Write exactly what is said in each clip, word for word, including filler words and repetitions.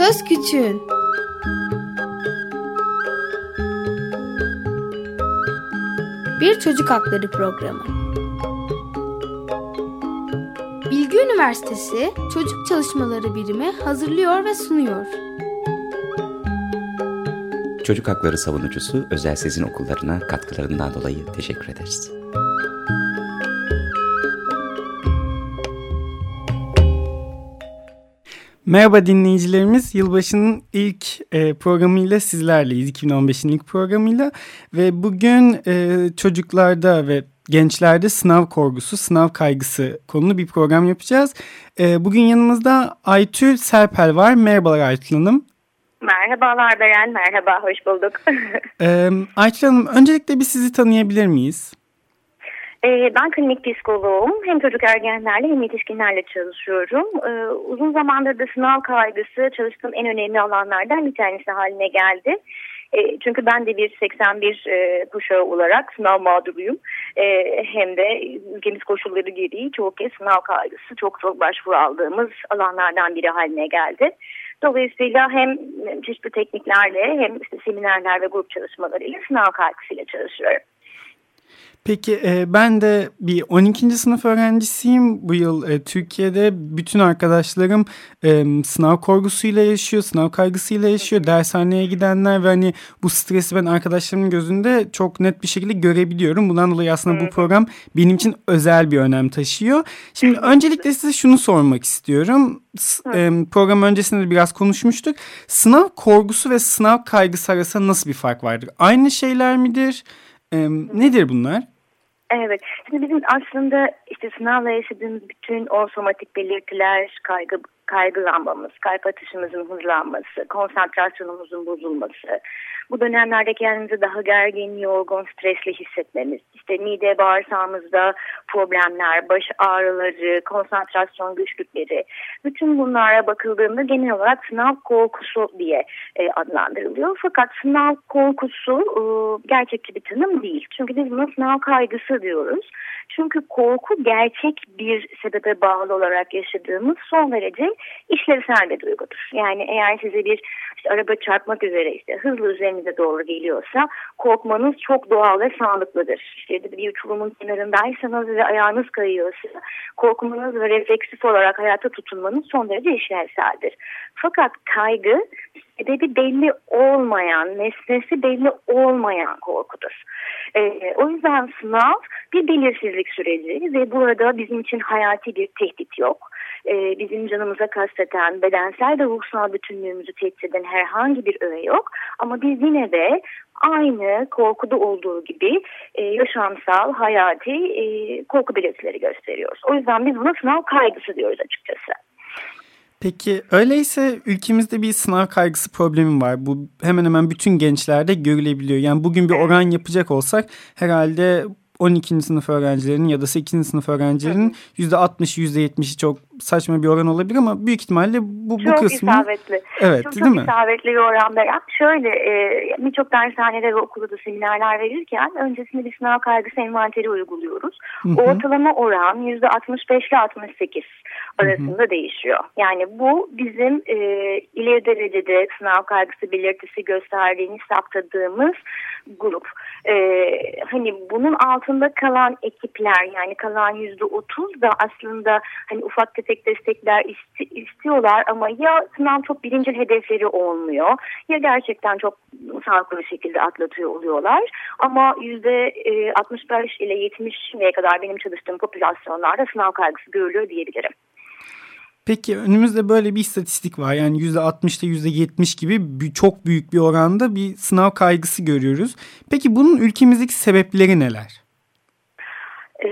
Söz Küçüğün. Bir çocuk hakları programı. Bilgi Üniversitesi Çocuk Çalışmaları Birimi hazırlıyor ve sunuyor. Çocuk hakları savunucusu Özel Sezin Okullarına katkılarından dolayı teşekkür ederiz. Merhaba dinleyicilerimiz, yılbaşının ilk e, programıyla sizlerleyiz, iki bin on beşin ilk programıyla ve bugün e, çocuklarda ve gençlerde sınav korkusu, sınav kaygısı konulu bir program yapacağız. E, bugün yanımızda Aytül Serpel var. Merhabalar Aytül Hanım. Merhabalar Beren, merhaba, hoş bulduk. e, Aytül Hanım, öncelikle bir sizi tanıyabilir miyiz? Ben klinik psikoloğum. Hem çocuk ergenlerle hem yetişkinlerle çalışıyorum. Uzun zamandır da sınav kaygısı çalıştığım en önemli alanlardan bir tanesi haline geldi. Çünkü ben de bir seksen bir kuşağı olarak sınav mağduruyum. Hem de ülkemiz koşulları gereği çoğu kez sınav kaygısı çok çok başvuru aldığımız alanlardan biri haline geldi. Dolayısıyla hem çeşitli tekniklerle hem işte seminerler ve grup çalışmalarıyla sınav kaygısıyla çalışıyorum. Peki e, ben de bir on ikinci sınıf öğrencisiyim. Bu yıl e, Türkiye'de bütün arkadaşlarım e, sınav korkusuyla yaşıyor, sınav kaygısıyla yaşıyor. Dershaneye gidenler ve hani bu stresi ben arkadaşlarımın gözünde çok net bir şekilde görebiliyorum. Bundan dolayı aslında bu program benim için özel bir önem taşıyor. Şimdi öncelikle size şunu sormak istiyorum. E, program öncesinde de biraz konuşmuştuk. Sınav korkusu ve sınav kaygısı arasında nasıl bir fark vardır? Aynı şeyler midir? E, nedir bunlar? Evet. Şimdi bizim aslında işte sınavla yaşadığımız bütün o somatik belirtiler, kaygı, kaygılanmamız, kalp atışımızın hızlanması, konsantrasyonumuzun bozulması, bu dönemlerde kendimizi daha gergin, yorgun, stresli hissetmemiz, işte mide bağırsağımızda problemler, baş ağrıları, konsantrasyon güçlükleri, bütün bunlara bakıldığında genel olarak sınav korkusu diye e, adlandırılıyor. Fakat sınav korkusu e, gerçekçi bir tanım değil. Çünkü biz buna sınav kaygısı diyoruz. Çünkü korku gerçek bir sebebe bağlı olarak yaşadığımız son derece işlevsel bir duygudur. Yani eğer size bir işte araba çarpmak üzere işte hızlı üzerinize doğru geliyorsa korkmanız çok doğal ve sağlıklıdır. İşte bir uçurumun kenarındaysanız ve ayağınız kayıyorsa korkmanız ve refleksif olarak hayata tutunmanız son derece işlevseldir. Fakat kaygı sebebi belli olmayan, nesnesi belli olmayan korkudur. Ee, o yüzden sınav bir belirsizlik süreci ve burada bizim için hayati bir tehdit yok. Ee, bizim canımıza kasteden, bedensel ve ruhsal bütünlüğümüzü tehdit eden herhangi bir öğe yok. Ama biz yine de aynı korkuda olduğu gibi e, yaşamsal, hayati e, korku belirtileri gösteriyoruz. O yüzden biz buna sınav kaygısı diyoruz açıkçası. Peki öyleyse ülkemizde bir sınav kaygısı problemi var. Bu hemen hemen bütün gençlerde görülebiliyor. Yani bugün bir oran yapacak olsak herhalde on ikinci sınıf öğrencilerinin ya da sekizinci sınıf öğrencilerinin yüzde altmışı yüzde yetmişi çok saçma bir oran olabilir ama büyük ihtimalle bu, bu çok kısmı... isabetli. Evet, çok, değil çok mi? isabetli bir oran veren. Şöyle e, birçok dershanede ve okulda da seminerler verirken öncesinde bir sınav kaygısı envanteri uyguluyoruz. Hı hı. Ortalama oran yüzde altmış beş ile altmış sekiz arasında hı hı. değişiyor. Yani bu bizim e, ileri derecede sınav kaygısı belirtisi gösterdiğini saptadığımız grup. E, hani bunun altında kalan ekipler yani kalan yüzde otuz da aslında hani ufak tefek destekler isti, istiyorlar ama ya sınav çok birincil hedefleri olmuyor ya gerçekten çok sağlıklı bir şekilde atlatıyor oluyorlar ama yüzde altmış beş ile yetmişe kadar benim çalıştığım popülasyonlarda sınav kaygısı görülüyor diyebilirim. Peki önümüzde böyle bir istatistik var. Yani yüzde altmış ile yüzde yetmiş gibi bir, çok büyük bir oranda bir sınav kaygısı görüyoruz. Peki bunun ülkemizdeki sebepleri neler? Ee,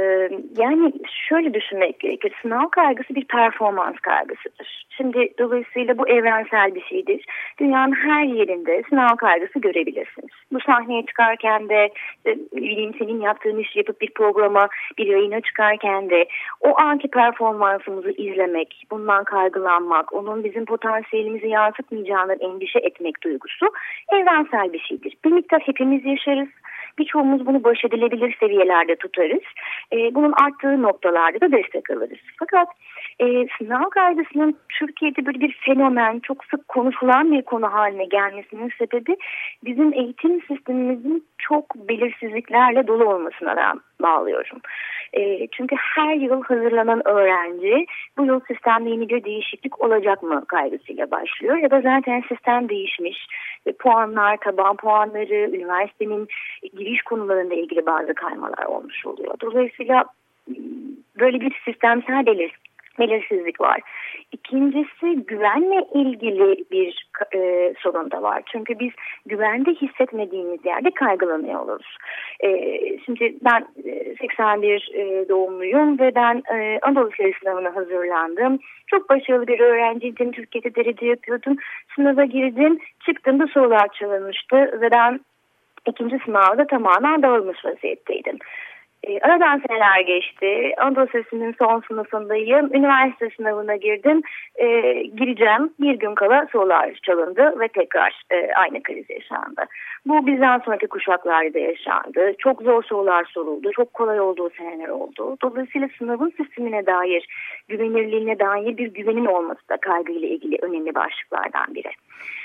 yani şöyle düşünmek gerekir. Sınav kaygısı bir performans kaygısıdır. Şimdi dolayısıyla bu evrensel bir şeydir. Dünyanın her yerinde sınav kaygısı görebilirsiniz. Bu sahneye çıkarken de bileyim senin yaptığın işi yapıp bir programa, bir yayına çıkarken de o anki performansımızı izlemek, bundan kaygılanmak, onun bizim potansiyelimizi yansıtmayacağından endişe etmek duygusu evrensel bir şeydir. Bir miktar hepimiz yaşarız. birçoğumuz bunu baş edilebilir seviyelerde tutarız. E, bunun arttığı noktalarda da destek alırız. Fakat e, sınav kaygısının Türkiye'de böyle bir fenomen, çok sık konuşulan bir konu haline gelmesinin sebebi bizim eğitim sistemimizin çok belirsizliklerle dolu olmasına ben bağlıyorum. E, çünkü her yıl hazırlanan öğrenci bu yıl sistemde yeni bir değişiklik olacak mı kaygısıyla başlıyor. Ya da zaten sistem değişmiş ve puanlar, taban puanları, üniversitenin giriş konularında ilgili bazı kaymalar olmuş oluyor. Dolayısıyla böyle bir sistemsel belir, belirsizlik var. İkincisi güvenle ilgili bir e, sorun da var. Çünkü biz güvende hissetmediğimiz yerde kaygılanıyor oluruz. E, şimdi ben e, seksen bir e, doğumluyum ve ben e, Anadolu Lisesi sınavına hazırlandım. Çok başarılı bir öğrenciydim. Türkiye'de derece yapıyordum. Sınava girdim. Çıktığımda sorular çalınmıştı ve ben ikinci sınavda tamamen dağılmış vaziyetteydim. E, aradan seneler geçti. Anadolu Lisesi'nin son sınıfındayım. Üniversite sınavına girdim. E, gireceğim. Bir gün kala sorular çalındı ve tekrar e, aynı kriz yaşandı. Bu bizden sonraki kuşaklarda yaşandı. Çok zor sorular soruldu. Çok kolay olduğu seneler oldu. Dolayısıyla sınavın sistemine dair, güvenirliğine dair bir güvenin olması da kaygıyla ilgili önemli başlıklardan biri.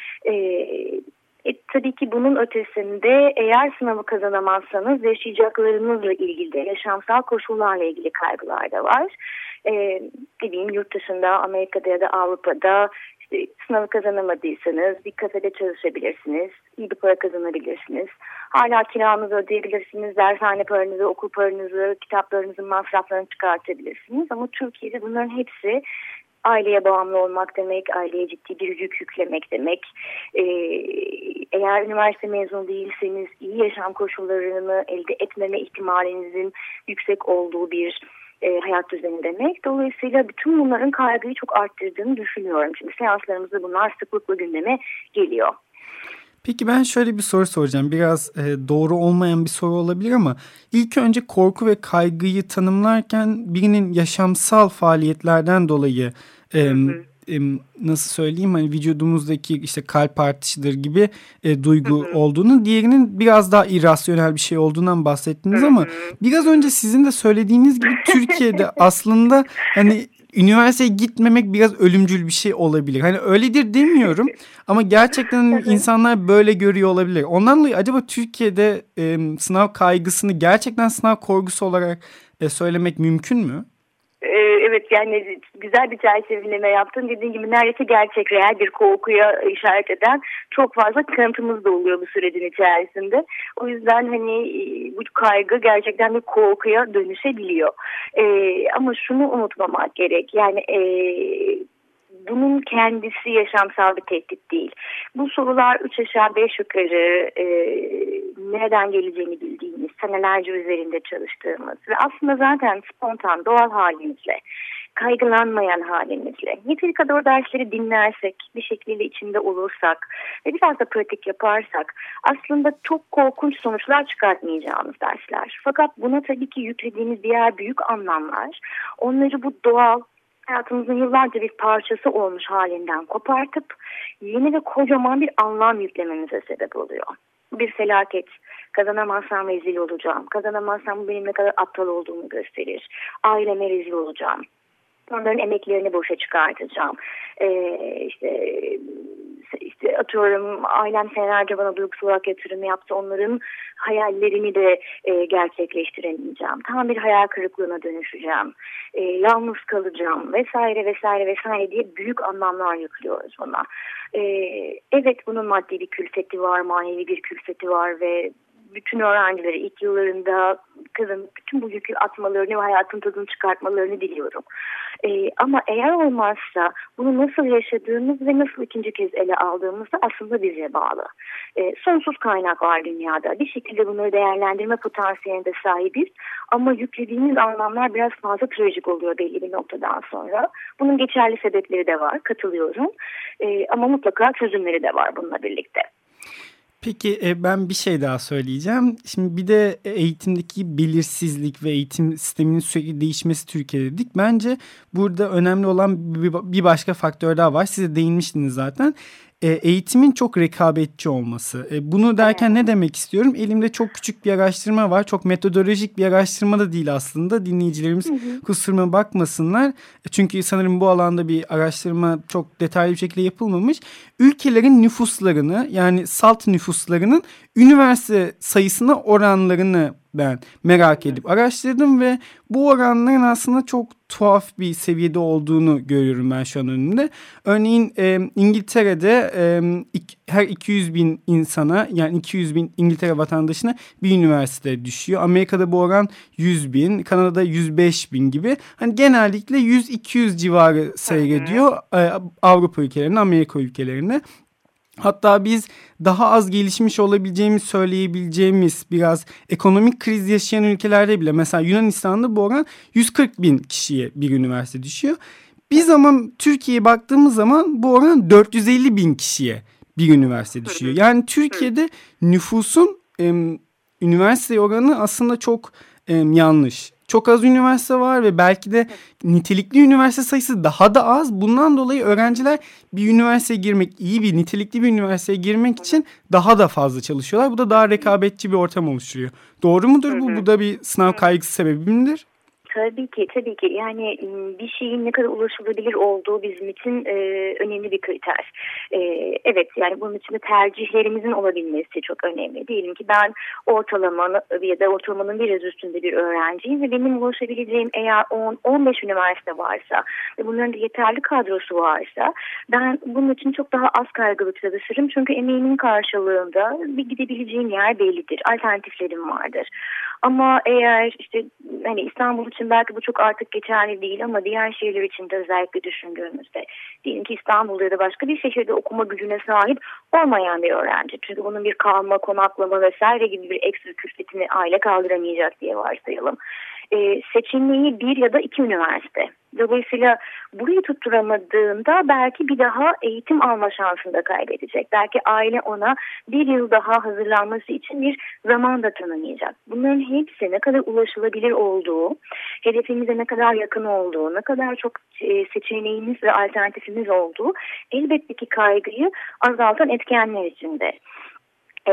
Evet. E, tabii ki bunun ötesinde eğer sınavı kazanamazsanız yaşayacaklarınızla ilgili de yaşamsal koşullarla ilgili kaygılar da var. E, dediğim yurt dışında, Amerika'da ya da Avrupa'da işte, sınavı kazanamadıysanız bir kafede çalışabilirsiniz, iyi bir para kazanabilirsiniz. Hala kiranızı ödeyebilirsiniz, dershane paranızı, okul paranızı, kitaplarınızın masraflarını çıkartabilirsiniz. Ama Türkiye'de bunların hepsi aileye bağımlı olmak demek, aileye ciddi bir yük yüklemek demek. Ee, eğer üniversite mezunu değilseniz iyi yaşam koşullarını elde etmeme ihtimalinizin yüksek olduğu bir e, hayat düzeni demek. Dolayısıyla bütün bunların kaygıyı çok arttırdığını düşünüyorum. Çünkü seanslarımızda bunlar sıklıkla gündeme geliyor. Peki ben şöyle bir soru soracağım. Biraz e, doğru olmayan bir soru olabilir ama ilk önce korku ve kaygıyı tanımlarken birinin yaşamsal faaliyetlerden dolayı e, e, nasıl söyleyeyim hani vücudumuzdaki işte kalp artışıdır gibi e, duygu hı hı. olduğunu, diğerinin biraz daha irrasyonel bir şey olduğundan bahsettiniz hı hı. ama biraz önce sizin de söylediğiniz gibi Türkiye'de aslında hani üniversiteye gitmemek biraz ölümcül bir şey olabilir. Hani öyledir demiyorum ama gerçekten insanlar böyle görüyor olabilir. Ondan dolayı acaba Türkiye'de e, sınav kaygısını gerçekten sınav korkusu olarak e, söylemek mümkün mü? Evet, yani güzel bir çerçeveleme yaptın. Dediğin gibi neredeyse gerçek, reel bir korkuya işaret eden çok fazla kanıtımız da oluyor bu sürecin içerisinde. O yüzden hani bu kaygı gerçekten bir korkuya dönüşebiliyor. Ee, ama şunu unutmamak gerek. Yani e, bunun kendisi yaşamsal bir tehdit değil. Bu sorular üç aşağı beş yukarı e, nereden geleceğini bildiğimiz, senelerce üzerinde çalıştığımız ve aslında zaten spontan, doğal halimizle, kaygılanmayan halimizle, yeteri kadar o dersleri dinlersek, bir şekilde içinde olursak ve biraz da pratik yaparsak aslında çok korkunç sonuçlar çıkartmayacağımız dersler. Fakat buna tabii ki yüklediğimiz diğer büyük anlamlar, onları bu doğal, hayatımızın yıllarca bir parçası olmuş halinden kopartıp yeni ve kocaman bir anlam yüklememize sebep oluyor. Bir felaket, kazanamazsam rezil olacağım, kazanamazsam benim ne kadar aptal olduğumu gösterir, aileme rezil olacağım, onların emeklerini boşa çıkartacağım, ee, işte, işte atıyorum ailem senelerce bana duygusal olarak yatırım yaptı, onların hayallerini de e, gerçekleştiremeyeceğim, tam bir hayal kırıklığına dönüşeceğim, e, yalnız kalacağım vesaire vesaire vesaire diye büyük anlamlar yüklüyoruz buna. E, evet, bunun maddi bir külfeti var, manevi bir külfeti var ve bütün öğrencileri ilk yıllarında kazanıp bütün bu yükü atmalarını ve hayatın tadını çıkartmalarını diliyorum. Ee, ama eğer olmazsa bunu nasıl yaşadığımız ve nasıl ikinci kez ele aldığımız da aslında bize bağlı. Ee, sonsuz kaynak var dünyada. Bir şekilde bunları değerlendirme potansiyelinde sahibiz. Ama yüklediğimiz anlamlar biraz fazla trajik oluyor belli bir noktadan sonra. Bunun geçerli sebepleri de var, katılıyorum. Ee, ama mutlaka çözümleri de var bununla birlikte. Peki ben bir şey daha söyleyeceğim. Şimdi bir de eğitimdeki belirsizlik ve eğitim sisteminin sürekli değişmesi Türkiye'de dedik. Bence burada önemli olan bir başka faktör daha var. Siz de değinmiştiniz zaten. e, eğitimin çok rekabetçi olması. E, bunu derken ne demek istiyorum? Elimde çok küçük bir araştırma var. Çok metodolojik bir araştırma da değil aslında. Dinleyicilerimiz hı hı. kusuruma bakmasınlar. Çünkü sanırım bu alanda bir araştırma çok detaylı bir şekilde yapılmamış. Ülkelerin nüfuslarını, yani salt nüfuslarının üniversite sayısına oranlarını ben merak edip araştırdım ve bu oranların aslında çok tuhaf bir seviyede olduğunu görüyorum ben şu an önümde. Örneğin e, İngiltere'de e, iki, her iki yüz bin insana, yani iki yüz bin İngiltere vatandaşına bir üniversite düşüyor. Amerika'da bu oran yüz bin, Kanada'da yüz beş bin gibi. Hani genellikle yüz iki yüz civarı seyrediyor e, Avrupa ülkelerine, Amerika ülkelerine. Hatta biz daha az gelişmiş olabileceğimiz söyleyebileceğimiz biraz ekonomik kriz yaşayan ülkelerde bile, mesela Yunanistan'da bu oran yüz kırk bin kişiye bir üniversite düşüyor. Biz ama Türkiye'ye baktığımız zaman bu oran dört yüz elli bin kişiye bir üniversite düşüyor. Yani Türkiye'de nüfusun e, üniversite oranı aslında çok e, yanlış. Çok az üniversite var ve belki de nitelikli üniversite sayısı daha da az. Bundan dolayı öğrenciler bir üniversiteye girmek, iyi bir nitelikli bir üniversiteye girmek için daha da fazla çalışıyorlar. Bu da daha rekabetçi bir ortam oluşturuyor. Doğru mudur bu? Bu da bir sınav kaygısı sebebi midir? Tabii ki, tabii ki. Yani bir şeyin ne kadar ulaşılabilir olduğu bizim için e, önemli bir kriter. E, evet, yani bunun için de tercihlerimizin olabilmesi çok önemli. Diyelim ki ben ortalamanın ya da ortalamanın biraz üstünde bir öğrenciyim ve benim ulaşabileceğim eğer on on beş üniversite varsa ve bunların da yeterli kadrosu varsa ben bunun için çok daha az kaygılı çalışırım. Çünkü emeğimin karşılığında bir gidebileceğim yer bellidir. Alternatiflerim vardır. Ama eğer işte hani İstanbul için belki bu çok artık geçerli değil ama diğer şehirler için de özellikle düşündüğümüzde diyelim ki İstanbul'da ya da başka bir şehirde okuma gücüne sahip olmayan bir öğrenci. Çünkü bunun bir kalma, konaklama vesaire gibi bir ekstra külfetini aile kaldıramayacak diye varsayalım. Ee, seçeneği bir ya da iki üniversite. Dolayısıyla burayı tutturamadığında belki bir daha eğitim alma şansını da kaybedecek. Belki aile ona bir yıl daha hazırlanması için bir zaman da tanımayacak. Bunların hepsi ne kadar ulaşılabilir olduğu, hedefimize ne kadar yakın olduğu, ne kadar çok seçeneğimiz ve alternatifimiz olduğu elbette ki kaygıyı azaltan etkenler içinde. E,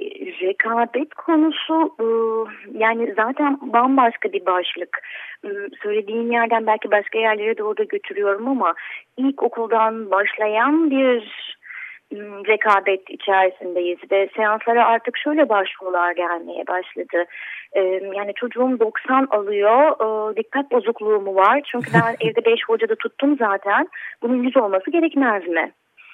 rekabet konusu e, yani zaten bambaşka bir başlık. E, söylediğin yerden belki başka yerlere doğru da götürüyorum ama ilk okuldan başlayan bir e, rekabet içerisindeyiz ve seanslara artık şöyle başvurular gelmeye başladı. E, yani çocuğum doksan alıyor, e, dikkat bozukluğu mu var? Çünkü ben evde beş hocada tuttum zaten. Bunun yüz olması gerekmez mi?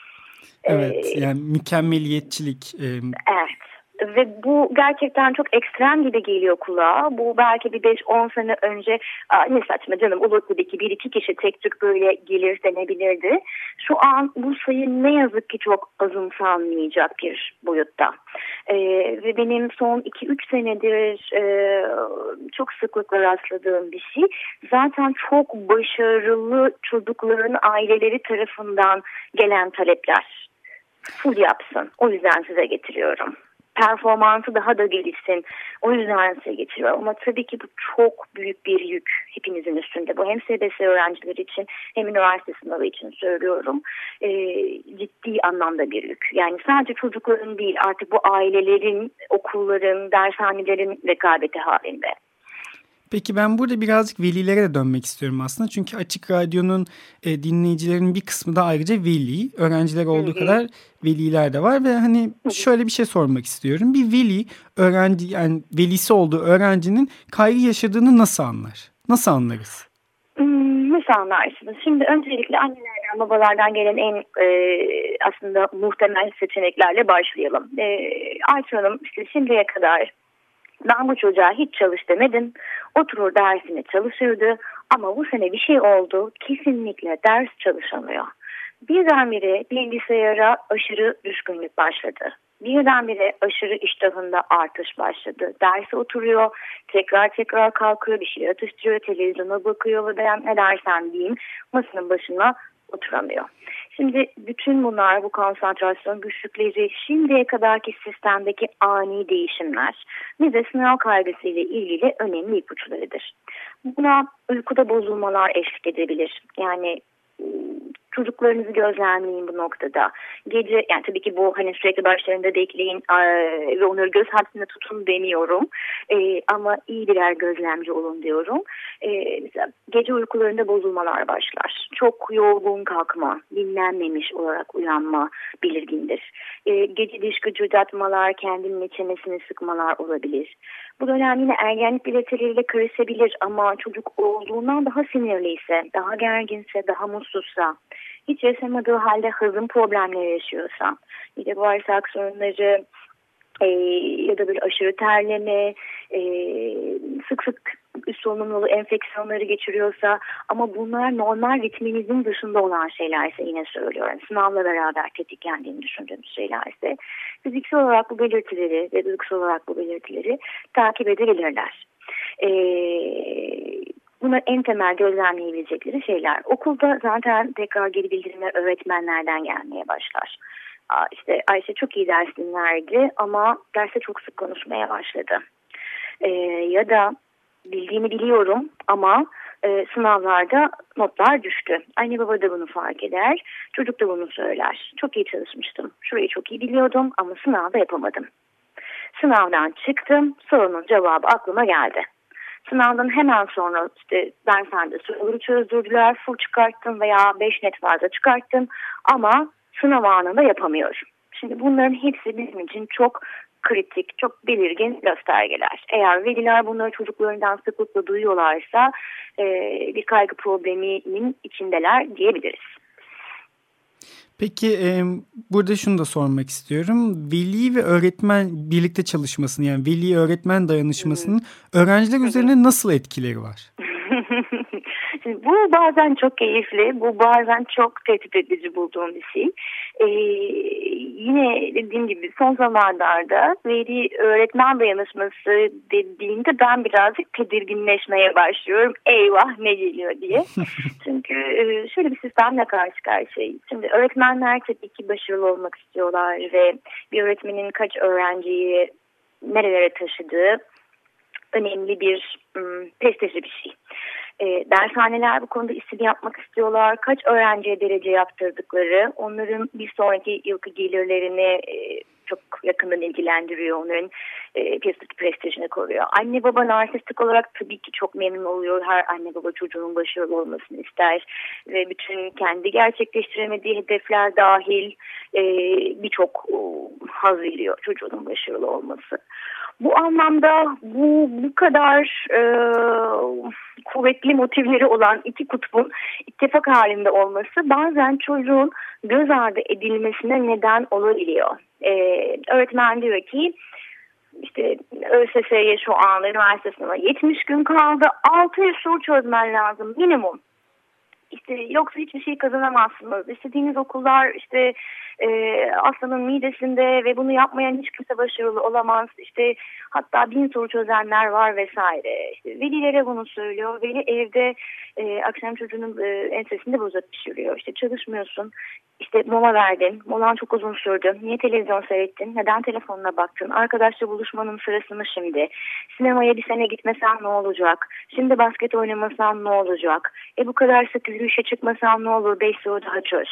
Evet, yani mükemmeliyetçilik. E... Evet. Ve bu gerçekten çok ekstrem gibi geliyor kulağa. Bu belki bir beş on sene önce ne saçma canım olur tabii ki bir iki kişi tek tük böyle gelir denebilirdi. Şu an bu sayı ne yazık ki çok azımsanmayacak bir boyutta. Ee, ve benim son iki üç senedir e, çok sıklıkla rastladığım bir şey. Zaten çok başarılı çocukların aileleri tarafından gelen talepler. Full yapsın. O yüzden size getiriyorum. Performansı daha da gelişsin. O yüzden size getiriyorum. Ama tabii ki bu çok büyük bir yük hepinizin üstünde. Bu hem S B S öğrencileri için hem üniversite sınavı için söylüyorum. Ee, ciddi anlamda bir yük. Yani sadece çocukların değil artık bu ailelerin, okulların, dershanelerin rekabeti halinde. Peki ben burada birazcık velilere de dönmek istiyorum aslında. Çünkü Açık Radyo'nun e, dinleyicilerinin bir kısmı da ayrıca veli. Öğrenciler olduğu hı hı. kadar veliler de var. Ve hani şöyle bir şey sormak istiyorum. Bir veli, öğrenci yani velisi olduğu öğrencinin kaygı yaşadığını nasıl anlar? Nasıl anlarız? Hmm, nasıl anlarsınız? Şimdi öncelikle annelerden, babalardan gelen en e, aslında muhtemel seçeneklerle başlayalım. E, Ayça Hanım işte şimdiye kadar ben bu çocuğa hiç çalış demedim. Oturur dersine çalışırdı ama bu sene bir şey oldu. Kesinlikle ders çalışamıyor. Birdenbire bilgisayara aşırı düşkünlük başladı. Birdenbire aşırı iştahında artış başladı. Derse oturuyor, tekrar tekrar kalkıyor, bir şey atıştırıyor, televizyona bakıyor ve ben ne dersen diyeyim masanın başına oturamıyor. Şimdi bütün bunlar, bu konsantrasyon güçlükleri, şimdiye kadarki sistemdeki ani değişimler bize sınav kaygısıyla ilgili önemli ipuçlarıdır. Buna uykuda bozulmalar eşlik edebilir. Yani Çocuklarınızı gözlemleyin bu noktada. Gece, yani tabii ki bu hani sürekli başlarında bekleyin ve onları göz hapsinde tutun demiyorum. E, ama iyi birer gözlemci olun diyorum. E, mesela gece uykularında bozulmalar başlar. Çok yorgun kalkma, dinlenmemiş olarak uyanma belirgindir. E, gece diş gıcırdatmalar, kendinin çenesini sıkmalar olabilir. Bu dönem yine ergenlik belirtileriyle karışabilir ama çocuk olduğundan daha sinirliyse, daha gerginse, daha mutsuzsa, hiç yaşamadığı halde hazım problemleri yaşıyorsa, bir de bağırsak sorunları e, ya da böyle aşırı terleme, e, sık sık üst solunum yolu enfeksiyonları geçiriyorsa ama bunlar normal ritminizin dışında olan şeylerse yine söylüyorum. Sınavla beraber tetiklendiğini düşündüğümüz şeylerse fiziksel olarak bu belirtileri ve duygusal olarak bu belirtileri takip edebilirler. Eee Bunlar en temel gözlemleyebilecekleri şeyler. Okulda zaten tekrar geri bildirimler öğretmenlerden gelmeye başlar. Aa, işte Ayşe çok iyi ders dinlerdi ama derste çok sık konuşmaya başladı. Ee, ya da bildiğimi biliyorum ama e, sınavlarda notlar düştü. Anne baba da bunu fark eder. Çocuk da bunu söyler. Çok iyi çalışmıştım. Şurayı çok iyi biliyordum ama sınavda yapamadım. Sınavdan çıktım. Sorunun cevabı aklıma geldi. Sınavdan hemen sonra işte dershanede soruları çözdürdüler, full çıkarttım veya beş net fazla çıkarttım ama sınav anında yapamıyorum. Şimdi bunların hepsi bizim için çok kritik, çok belirgin göstergeler. Eğer veliler bunları çocuklarından sıklıkla duyuyorlarsa e, bir kaygı probleminin içindeler diyebiliriz. Peki e, burada şunu da sormak istiyorum. Veli ve öğretmen birlikte çalışmasının, yani veli öğretmen dayanışmasının Hı-hı. öğrenciler Hı-hı. üzerine nasıl etkileri var? Şimdi bu bazen çok keyifli, bu bazen çok tehdit edici bulduğum bir şey. Ee, yine dediğim gibi son zamanlarda veli öğretmen dayanışması dediğinde ben birazcık tedirginleşmeye başlıyorum. Eyvah ne geliyor diye. Çünkü şöyle bir sistemle karşı karşıyayız. Şimdi öğretmenler tabii ki başarılı olmak istiyorlar ve bir öğretmenin kaç öğrenciyi nerelere taşıdığı önemli bir ım, prestijli bir şey. E, dershaneler bu konuda istediğini yapmak istiyorlar. Kaç öğrenciye derece yaptırdıkları, onların bir sonraki yılki gelirlerini e, çok yakından ilgilendiriyor. Onların e, piyasadaki prestijini koruyor. Anne baba narsistik olarak tabii ki çok memnun oluyor. Her anne baba çocuğunun başarılı olmasını ister. Ve bütün kendi gerçekleştiremediği hedefler dahil e, birçok e, haz veriyor çocuğunun başarılı olması. Bu anlamda bu bu kadar e, kuvvetli motivleri olan iki kutbun ittifak halinde olması bazen çocuğun göz ardı edilmesine neden olabiliyor. E, öğretmen diyor ki işte ÖSS'ye şu anda üniversite sınavına yetmiş gün kaldı, altı yüz soru çözmen lazım minimum. İşte yoksa hiçbir şey kazanamazsınız. İstediğiniz okullar işte e, aslanın midesinde ve bunu yapmayan hiç kimse başarılı olamaz. İşte hatta bin soru çözenler var vesaire. İşte velilere bunu söylüyor. Veli evde e, akşam çocuğunun e, ensesinde bozuk pişiriyor. İşte çalışmıyorsun. İşte mola verdin. Molan çok uzun sürdü. Niye televizyon seyrettin? Neden telefonuna baktın? Arkadaşla buluşmanın sırası mı şimdi? Sinemaya bir sene gitmesen ne olacak? Şimdi basket oynamasan ne olacak? E bu kadar sık yürüyüşe çıkmasan ne olur? Beş soru daha çöz.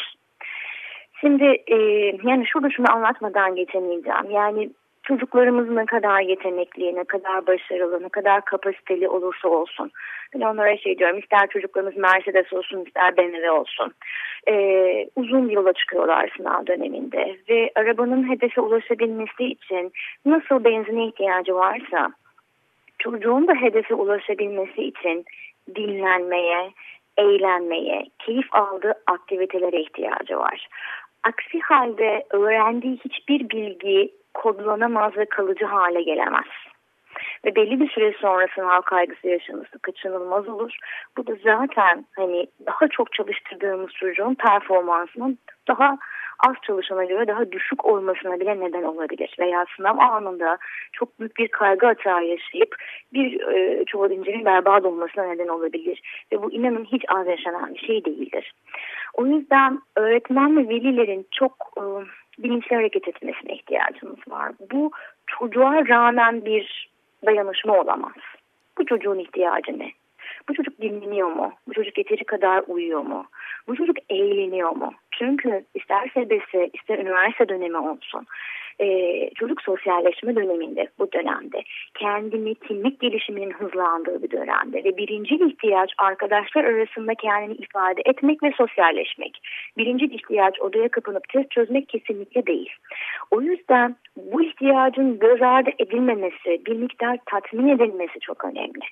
Şimdi e, yani şurada şunu anlatmadan geçemeyeceğim. Yani çocuklarımız ne kadar yetenekli, ne kadar başarılı, ne kadar kapasiteli olursa olsun. Ben onlara şey diyorum, ister çocuklarımız Mercedes olsun, ister B M W olsun. Ee, uzun yola çıkıyorlar sınav döneminde ve arabanın hedefe ulaşabilmesi için nasıl benzine ihtiyacı varsa çocuğun da hedefe ulaşabilmesi için dinlenmeye, eğlenmeye, keyif aldığı aktivitelere ihtiyacı var. Aksi halde öğrendiği hiçbir bilgi kodlanamaz ve kalıcı hale gelemez. Ve belli bir süre sonra sınav kaygısı yaşaması kaçınılmaz olur. Bu da zaten hani daha çok çalıştırdığımız çocuğun performansının daha az çalışana göre daha düşük olmasına bile neden olabilir. Veya sınav anında çok büyük bir kaygı hata yaşayıp bir e, çuval berbat olmasına neden olabilir. Ve bu inanın hiç az yaşanan bir şey değildir. O yüzden öğretmen ve velilerin çok e, bilinçli hareket etmesine ihtiyacımız var. Bu çocuğa rağmen bir dayanışma olamaz. Bu çocuğun ihtiyacı ne? Bu çocuk dinleniyor mu? Bu çocuk yeteri kadar uyuyor mu? Bu çocuk eğleniyor mu? Çünkü ister sebese ister üniversite dönemi olsun. Ee, çocuk sosyalleşme döneminde, bu dönemde kendini kimlik gelişiminin hızlandığı bir dönemde ve birinci ihtiyaç arkadaşlar arasında kendini ifade etmek ve sosyalleşmek. Birinci ihtiyaç odaya kapanıp test çözmek kesinlikle değil. O yüzden bu ihtiyacın göz ardı edilmemesi, bir miktar tatmin edilmesi çok önemli.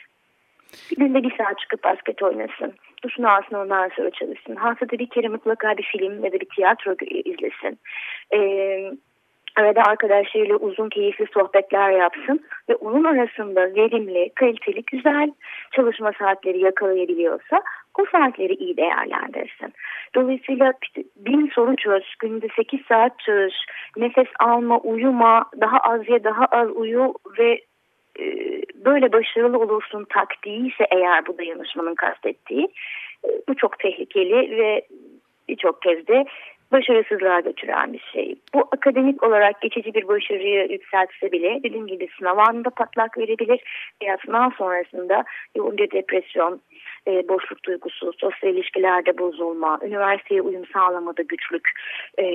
Günde bir saat çıkıp basket oynasın. Duşunu alsın, ondan sonra çalışsın. Haftada bir kere mutlaka bir film ya da bir tiyatro izlesin. Ee, Arada arkadaşlarıyla uzun keyifli sohbetler yapsın ve onun arasında verimli, kaliteli, güzel çalışma saatleri yakalayabiliyorsa o saatleri iyi değerlendirsin. Dolayısıyla işte bin soru çöz, günde sekiz saat çalış, nefes alma, uyuma, daha az ye, daha az uyu ve e, böyle başarılı olursun taktiği ise eğer bu dayanışmanın kastettiği, e, bu çok tehlikeli ve birçok kez de başarısızlığa götüren bir şey. Bu akademik olarak geçici bir başarıyı yükseltse bile dediğim gibi sınav anında patlak verebilir veya sınav sonrasında yoğun bir depresyon, e, boşluk duygusu, sosyal ilişkilerde bozulma, üniversiteye uyum sağlamada güçlük, e,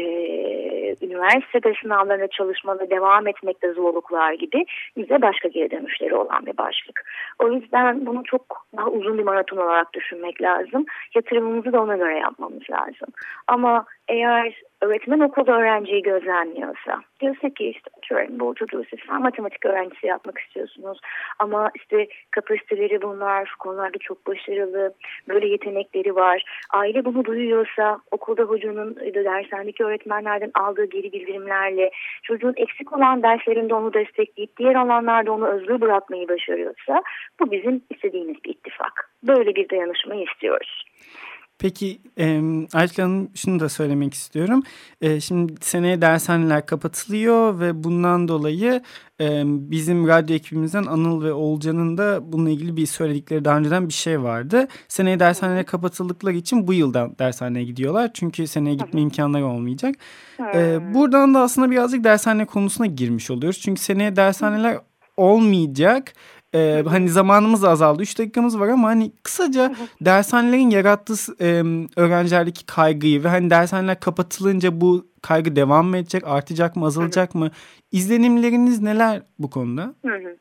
üniversitede sınavlarına çalışmada devam etmekte zorluklar gibi bize başka geri dönüşleri olan bir başlık. O yüzden bunu çok daha uzun bir maraton olarak düşünmek lazım. Yatırımımızı da ona göre yapmamız lazım. Ama eğer öğretmen okulda öğrenciyi gözlemliyorsa, diyorsa ki işte atıyorum bu çocuğu siz matematik öğrencisi yapmak istiyorsunuz ama işte kapasiteleri bunlar, şu konularda çok başarılı, böyle yetenekleri var. Aile bunu duyuyorsa, okulda hocanın, dershanedeki öğretmenlerden aldığı geri bildirimlerle çocuğun eksik olan derslerinde onu destekleyip diğer alanlarda onu özgür bırakmayı başarıyorsa bu bizim istediğimiz bir ittifak. Böyle bir dayanışmayı istiyoruz. Peki e, Ayşe Hanım şunu da söylemek istiyorum. E, şimdi seneye dershaneler kapatılıyor ve bundan dolayı e, bizim radyo ekibimizden Anıl ve Olcan'ın da bununla ilgili bir söyledikleri daha önceden bir şey vardı. Seneye dershaneler kapatıldıkları için bu yıldan dershaneye gidiyorlar. Çünkü seneye gitme imkanları olmayacak. E, buradan da aslında birazcık dershane konusuna girmiş oluyoruz. Çünkü seneye dershaneler olmayacak. Ee, hani zamanımız azaldı. üç dakikamız var ama hani kısaca hı hı. dershanelerin yarattığı e, öğrencilerdeki kaygıyı ve hani dershaneler kapatılınca bu kaygı devam mı edecek, artacak mı, azalacak hı hı. mı? İzlenimleriniz neler bu konuda? Hı hı.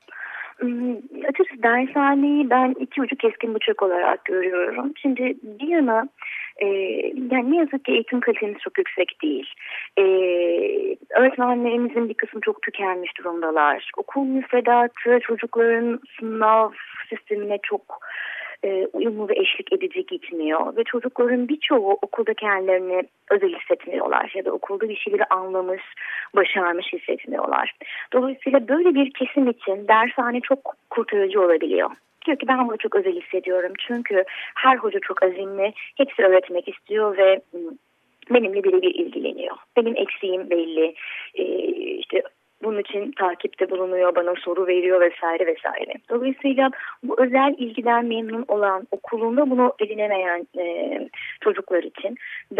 Açıkçası dershaneyi ben iki ucu keskin bıçak olarak görüyorum. Şimdi bir yana e, yani ne yazık ki eğitim kalitemiz çok yüksek değil. E, öğretmenlerimizin bir kısmı çok tükenmiş durumdalar. Okul müfredatı çocukların sınav sistemine çok e, uyumlu ve eşlik edici gitmiyor. Ve çocukların birçoğu okulda kendilerini özel hissetmiyorlar ya da okulda bir şeyleri anlamış, başarmış hissetmiyorlar. Dolayısıyla böyle bir kesim için dershane çok kurtarıcı olabiliyor. Diyor ki ben bunu çok özel hissediyorum. Çünkü her hoca çok azimli, hepsi öğretmek istiyor ve benimle birebir ilgileniyor. Benim eksiğim belli, ee, işte bunun için takipte bulunuyor, bana soru veriyor vesaire vesaire. Dolayısıyla bu özel ilgiden memnun olan, okulunda bunu edinemeyen e, çocuklar için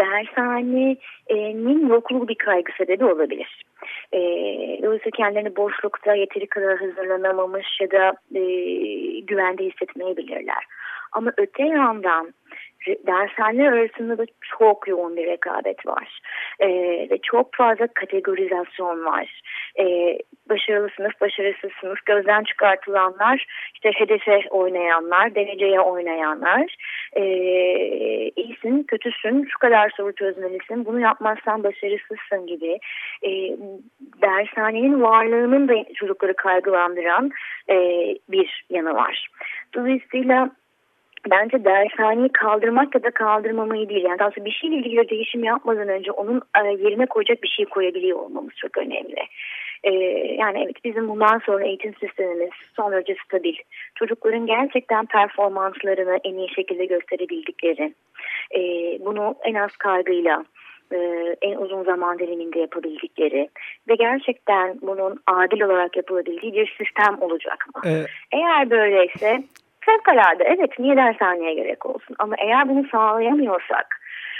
dershanenin yokluğu bir kaygı sebebi olabilir. E, dolayısıyla kendilerini boşlukta yeteri kadar hazırlanamamış ya da e, güvende hissetmeyebilirler. Ama öte yandan dershaneler arasında da çok yoğun bir rekabet var. Ee, ve çok fazla kategorizasyon var. Ee, başarılı sınıf, başarısız sınıf, gözden çıkartılanlar, işte hedefe oynayanlar, dereceye oynayanlar. Ee, iyisin, kötüsün, şu kadar soru çözmelisin, bunu yapmazsan başarısızsın gibi. Ee, dershanenin varlığının da çocukları kaygılandıran e, bir yanı var. Dolayısıyla bence dershaneyi kaldırmak ya da kaldırmamayı değil. Yani daha sonra bir şeyle ilgili bir değişim yapmadan önce onun yerine koyacak bir şey koyabiliyor olmamız çok önemli. Ee, yani evet bizim bundan sonra eğitim sistemimiz son derece stabil. Çocukların gerçekten performanslarını en iyi şekilde gösterebildikleri, e, bunu en az kaygıyla, Ee, en uzun zaman diliminde yapabildikleri ve gerçekten bunun adil olarak yapılabildiği bir sistem olacak mı? Evet. Eğer böyleyse fevkalade evet niye dershaneye gerek olsun ama eğer bunu sağlayamıyorsak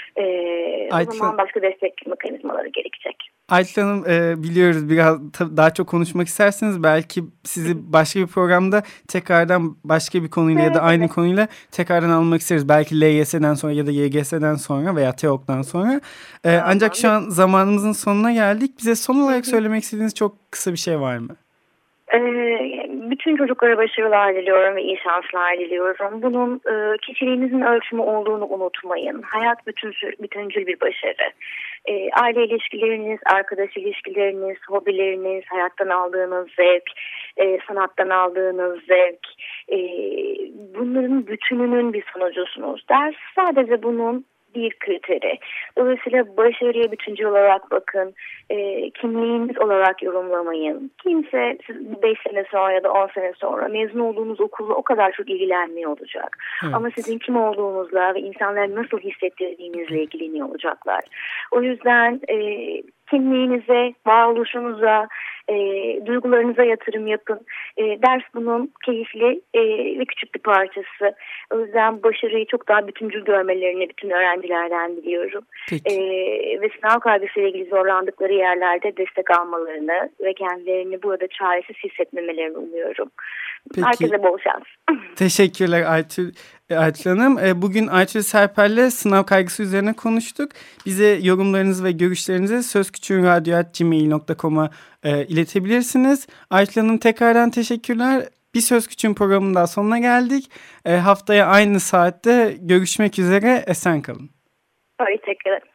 e, Aytül... o zaman başka destek mekanizmaları gerekecek. Aytül Hanım e, biliyoruz biraz daha çok konuşmak isterseniz belki sizi başka bir programda tekrardan başka bir konuyla evet, ya da aynı evet. konuyla tekrardan almak isteriz. Belki L Y S'den sonra ya da Y G S'den sonra veya TEOG'dan sonra. E, tamam. Ancak şu an zamanımızın sonuna geldik. Bize son olarak söylemek istediğiniz çok kısa bir şey var mı? Bütün çocuklara başarılar diliyorum ve iyi şanslar diliyorum. Bunun e, kişiliğinizin ölçümü olduğunu unutmayın. Hayat bütüncül, bütüncül bir başarı. E, aile ilişkileriniz, arkadaş ilişkileriniz, hobileriniz, hayattan aldığınız zevk, e, sanattan aldığınız zevk, e, bunların bütününün bir sonucusunuz. Ders sadece bunun bir kriteri. Dolayısıyla başarıya bütüncül olarak bakın, e, kimliğiniz olarak yorumlamayın. Kimse beş sene sonra ya da on sene sonra mezun olduğunuz okulla o kadar çok ilgilenmiyor olacak. Evet. Ama sizin kim olduğunuzla ve insanları nasıl hissettirdiğinizle ilgileniyor olacaklar. O yüzden e, kimliğinize, varoluşunuza, e, duygularınıza yatırım yapın. E, ders bunun keyifli e, ve küçük bir parçası. O yüzden başarıyı çok daha bütüncül görmelerini bütün öğrencilerden diliyorum. E, ve sınav kaygısıyla ilgili zorlandıkları yerlerde destek almalarını ve kendilerini burada çaresiz hissetmemelerini umuyorum. Peki. Herkese bol şans. Teşekkürler Aytül, Aytül Hanım. Bugün Aytül Serper'le sınav kaygısı üzerine konuştuk. Bize yorumlarınızı ve görüşlerinizi sözküçüğünradyo at gmail nokta com'a e, iletebilirsiniz. Aytül Hanım tekrardan teşekkürler. Bir Söz Küçüğün programının daha sonuna geldik. E, haftaya aynı saatte görüşmek üzere. Esen kalın. Teşekkür ederim.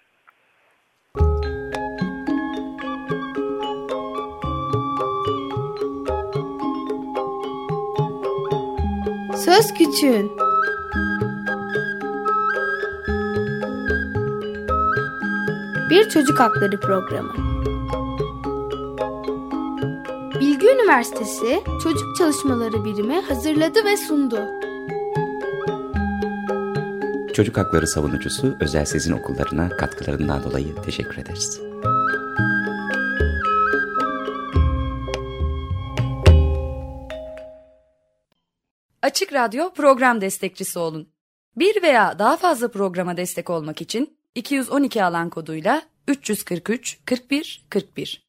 Söz Küçüğün. Bir çocuk hakları programı. Bilgi Üniversitesi Çocuk Çalışmaları Birimi hazırladı ve sundu. Çocuk hakları savunucusu Özel Sezin Okullarına katkılarından dolayı teşekkür ederiz. Açık Radyo program destekçisi olun. Bir veya daha fazla programa destek olmak için iki yüz on iki alan koduyla üç yüz kırk üç kırk bir kırk bir